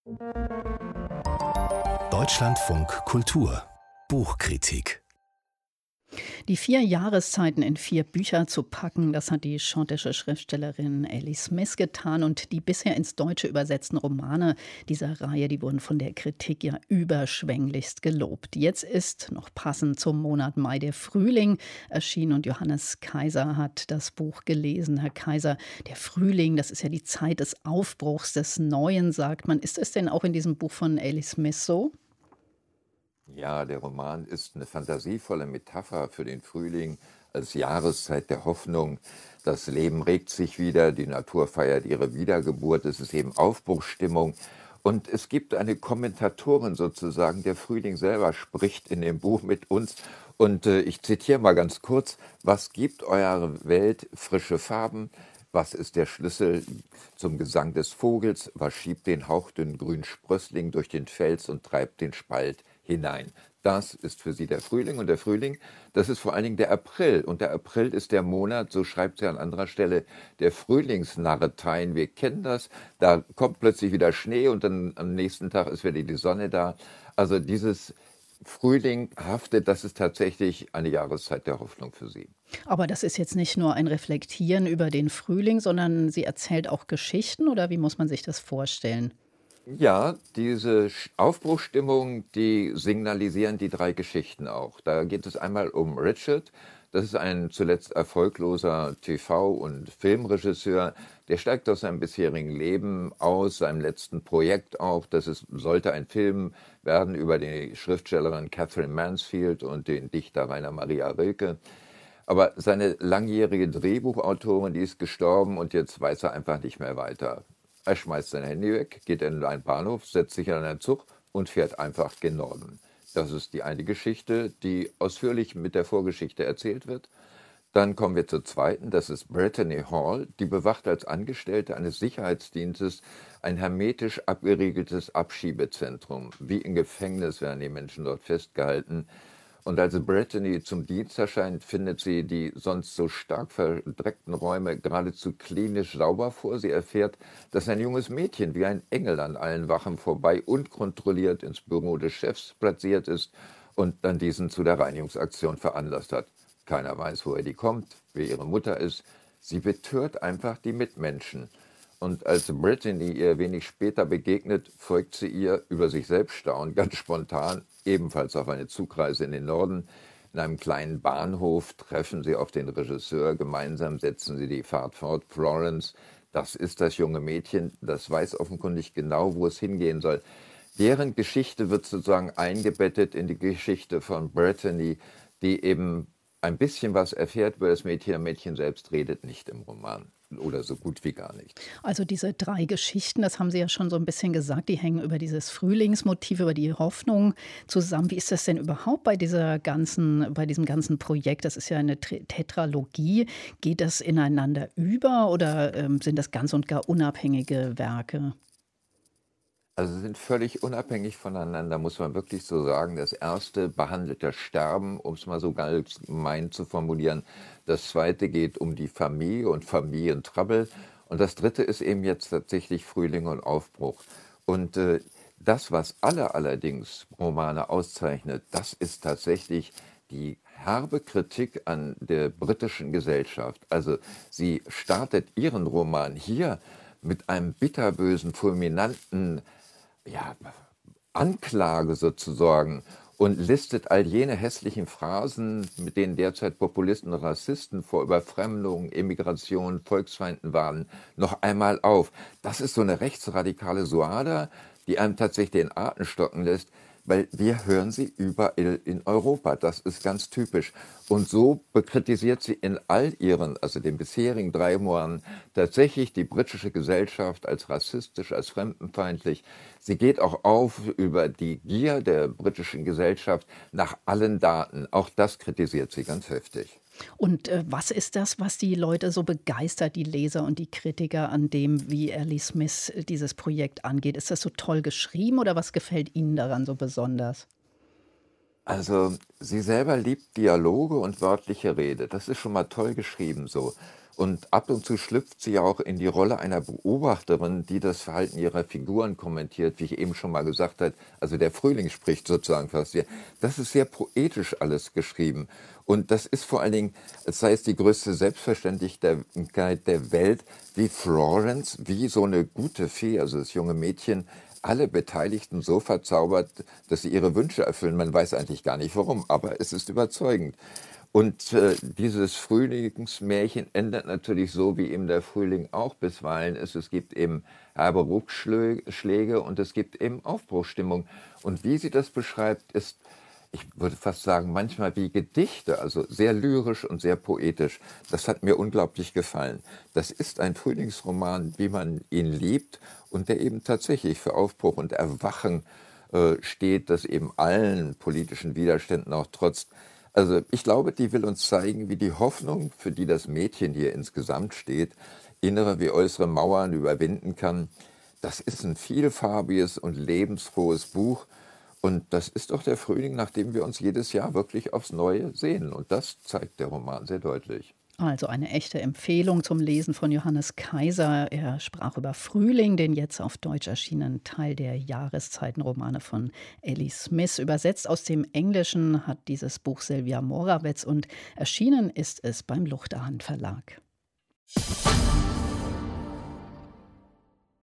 Deutschlandfunk Kultur Buchkritik. Die 4 Jahreszeiten in 4 Bücher zu packen, das hat die schottische Schriftstellerin Ellie Smith getan. Und die bisher ins Deutsche übersetzten Romane dieser Reihe, die wurden von der Kritik ja überschwänglichst gelobt. Jetzt ist noch passend zum Monat Mai der Frühling erschienen und Johannes Kaiser hat das Buch gelesen. Herr Kaiser, der Frühling, das ist ja die Zeit des Aufbruchs, des Neuen, sagt man. Ist es denn auch in diesem Buch von Ellie Smith so? Ja, der Roman ist eine fantasievolle Metapher für den Frühling als Jahreszeit der Hoffnung. Das Leben regt sich wieder, die Natur feiert ihre Wiedergeburt, es ist eben Aufbruchsstimmung. Und es gibt eine Kommentatorin sozusagen, der Frühling selber spricht in dem Buch mit uns. Und ich zitiere mal ganz kurz: Was gibt eurer Welt frische Farben? Was ist der Schlüssel zum Gesang des Vogels? Was schiebt den hauchdünnen grünen Sprössling durch den Fels und treibt den Spalt hinein? Das ist für sie der Frühling. Und der Frühling, das ist vor allen Dingen der April. Und der April ist der Monat, so schreibt sie an anderer Stelle, der Frühlingsnarreteien. Wir kennen das. Da kommt plötzlich wieder Schnee und dann am nächsten Tag ist wieder die Sonne da. Also dieses Frühlinghafte, das ist tatsächlich eine Jahreszeit der Hoffnung für sie. Aber das ist jetzt nicht nur ein Reflektieren über den Frühling, sondern sie erzählt auch Geschichten, oder wie muss man sich das vorstellen? Ja, diese Aufbruchsstimmung, die signalisieren die 3 Geschichten auch. Da geht es einmal um Richard. Das ist ein zuletzt erfolgloser TV- und Filmregisseur. Der steigt aus seinem bisherigen Leben aus, seinem letzten Projekt auch. Sollte ein Film werden über die Schriftstellerin Catherine Mansfield und den Dichter Rainer Maria Rilke. Aber seine langjährige Drehbuchautorin, die ist gestorben und jetzt weiß er einfach nicht mehr weiter. Er schmeißt sein Handy weg, geht in einen Bahnhof, setzt sich in einen Zug und fährt einfach gen Norden. Das ist die eine Geschichte, die ausführlich mit der Vorgeschichte erzählt wird. Dann kommen wir zur zweiten, das ist Brittany Hall, die bewacht als Angestellte eines Sicherheitsdienstes ein hermetisch abgeriegeltes Abschiebezentrum. Wie im Gefängnis werden die Menschen dort festgehalten. Und als Brittany zum Dienst erscheint, findet sie die sonst so stark verdreckten Räume geradezu klinisch sauber vor. Sie erfährt, dass ein junges Mädchen wie ein Engel an allen Wachen vorbei unkontrolliert ins Büro des Chefs platziert ist und dann diesen zu der Reinigungsaktion veranlasst hat. Keiner weiß, woher die kommt, wer ihre Mutter ist. Sie betört einfach die Mitmenschen. Und als Brittany ihr wenig später begegnet, folgt sie ihr, über sich selbst staunend, ganz spontan, ebenfalls auf eine Zugreise in den Norden. In einem kleinen Bahnhof treffen sie auf den Regisseur, gemeinsam setzen sie die Fahrt fort. Florence, das ist das junge Mädchen, das weiß offenkundig genau, wo es hingehen soll. Deren Geschichte wird sozusagen eingebettet in die Geschichte von Brittany, die eben ein bisschen was erfährt über das Mädchen. Das Mädchen selbst redet nicht im Roman oder so gut wie gar nicht. Also diese 3 Geschichten, das haben Sie ja schon so ein bisschen gesagt, die hängen über dieses Frühlingsmotiv, über die Hoffnung zusammen. Wie ist das denn überhaupt bei diesem ganzen Projekt? Das ist ja eine Tetralogie. Geht das ineinander über oder sind das ganz und gar unabhängige Werke? Also sie sind völlig unabhängig voneinander, muss man wirklich so sagen. Das erste behandelt das Sterben, um es mal so ganz gemein zu formulieren. Das zweite geht um die Familie und Familientrouble. Und das dritte ist eben jetzt tatsächlich Frühling und Aufbruch. Und das, was allerdings Romane auszeichnet, das ist tatsächlich die herbe Kritik an der britischen Gesellschaft. Also sie startet ihren Roman hier mit einem bitterbösen, fulminanten Anklage sozusagen und listet all jene hässlichen Phrasen, mit denen derzeit Populisten und Rassisten vor Überfremdung, Immigration, Volksfeinden warnen, noch einmal auf. Das ist so eine rechtsradikale Suada, die einem tatsächlich den Atem stocken lässt, weil wir hören sie überall in Europa. Das ist ganz typisch. Und so bekritisiert sie in all ihren, also den bisherigen 3 Romanen, tatsächlich die britische Gesellschaft als rassistisch, als fremdenfeindlich. Sie geht auch auf über die Gier der britischen Gesellschaft nach allen Daten. Auch das kritisiert sie ganz heftig. Und was ist das, was die Leute so begeistert, die Leser und die Kritiker an dem, wie Ellie Smith dieses Projekt angeht? Ist das so toll geschrieben oder was gefällt Ihnen daran so besonders? Also sie selber liebt Dialoge und wörtliche Rede. Das ist schon mal toll geschrieben so. Und ab und zu schlüpft sie ja auch in die Rolle einer Beobachterin, die das Verhalten ihrer Figuren kommentiert, wie ich eben schon mal gesagt habe. Also der Frühling spricht sozusagen fast hier. Das ist sehr poetisch alles geschrieben. Und das ist vor allen Dingen, es sei es die größte Selbstverständlichkeit der Welt, wie Florence, wie so eine gute Fee, also das junge Mädchen, alle Beteiligten so verzaubert, dass sie ihre Wünsche erfüllen. Man weiß eigentlich gar nicht warum, aber es ist überzeugend. Und dieses Frühlingsmärchen endet natürlich so, wie eben der Frühling auch bisweilen ist. Es gibt eben herbe Rückschläge und es gibt eben Aufbruchsstimmung. Und wie sie das beschreibt, ist, ich würde fast sagen, manchmal wie Gedichte, also sehr lyrisch und sehr poetisch. Das hat mir unglaublich gefallen. Das ist ein Frühlingsroman, wie man ihn liebt und der eben tatsächlich für Aufbruch und Erwachen steht, das eben allen politischen Widerständen auch trotzt. Also ich glaube, die will uns zeigen, wie die Hoffnung, für die das Mädchen hier insgesamt steht, innere wie äußere Mauern überwinden kann. Das ist ein vielfarbiges und lebensfrohes Buch. Und das ist doch der Frühling, nach dem wir uns jedes Jahr wirklich aufs Neue sehnen. Und das zeigt der Roman sehr deutlich. Also eine echte Empfehlung zum Lesen von Johannes Kaiser. Er sprach über Frühling, den jetzt auf Deutsch erschienenen Teil der Jahreszeitenromane von Ellie Smith. Übersetzt aus dem Englischen hat dieses Buch Silvia Morawetz und erschienen ist es beim Luchterhand Verlag.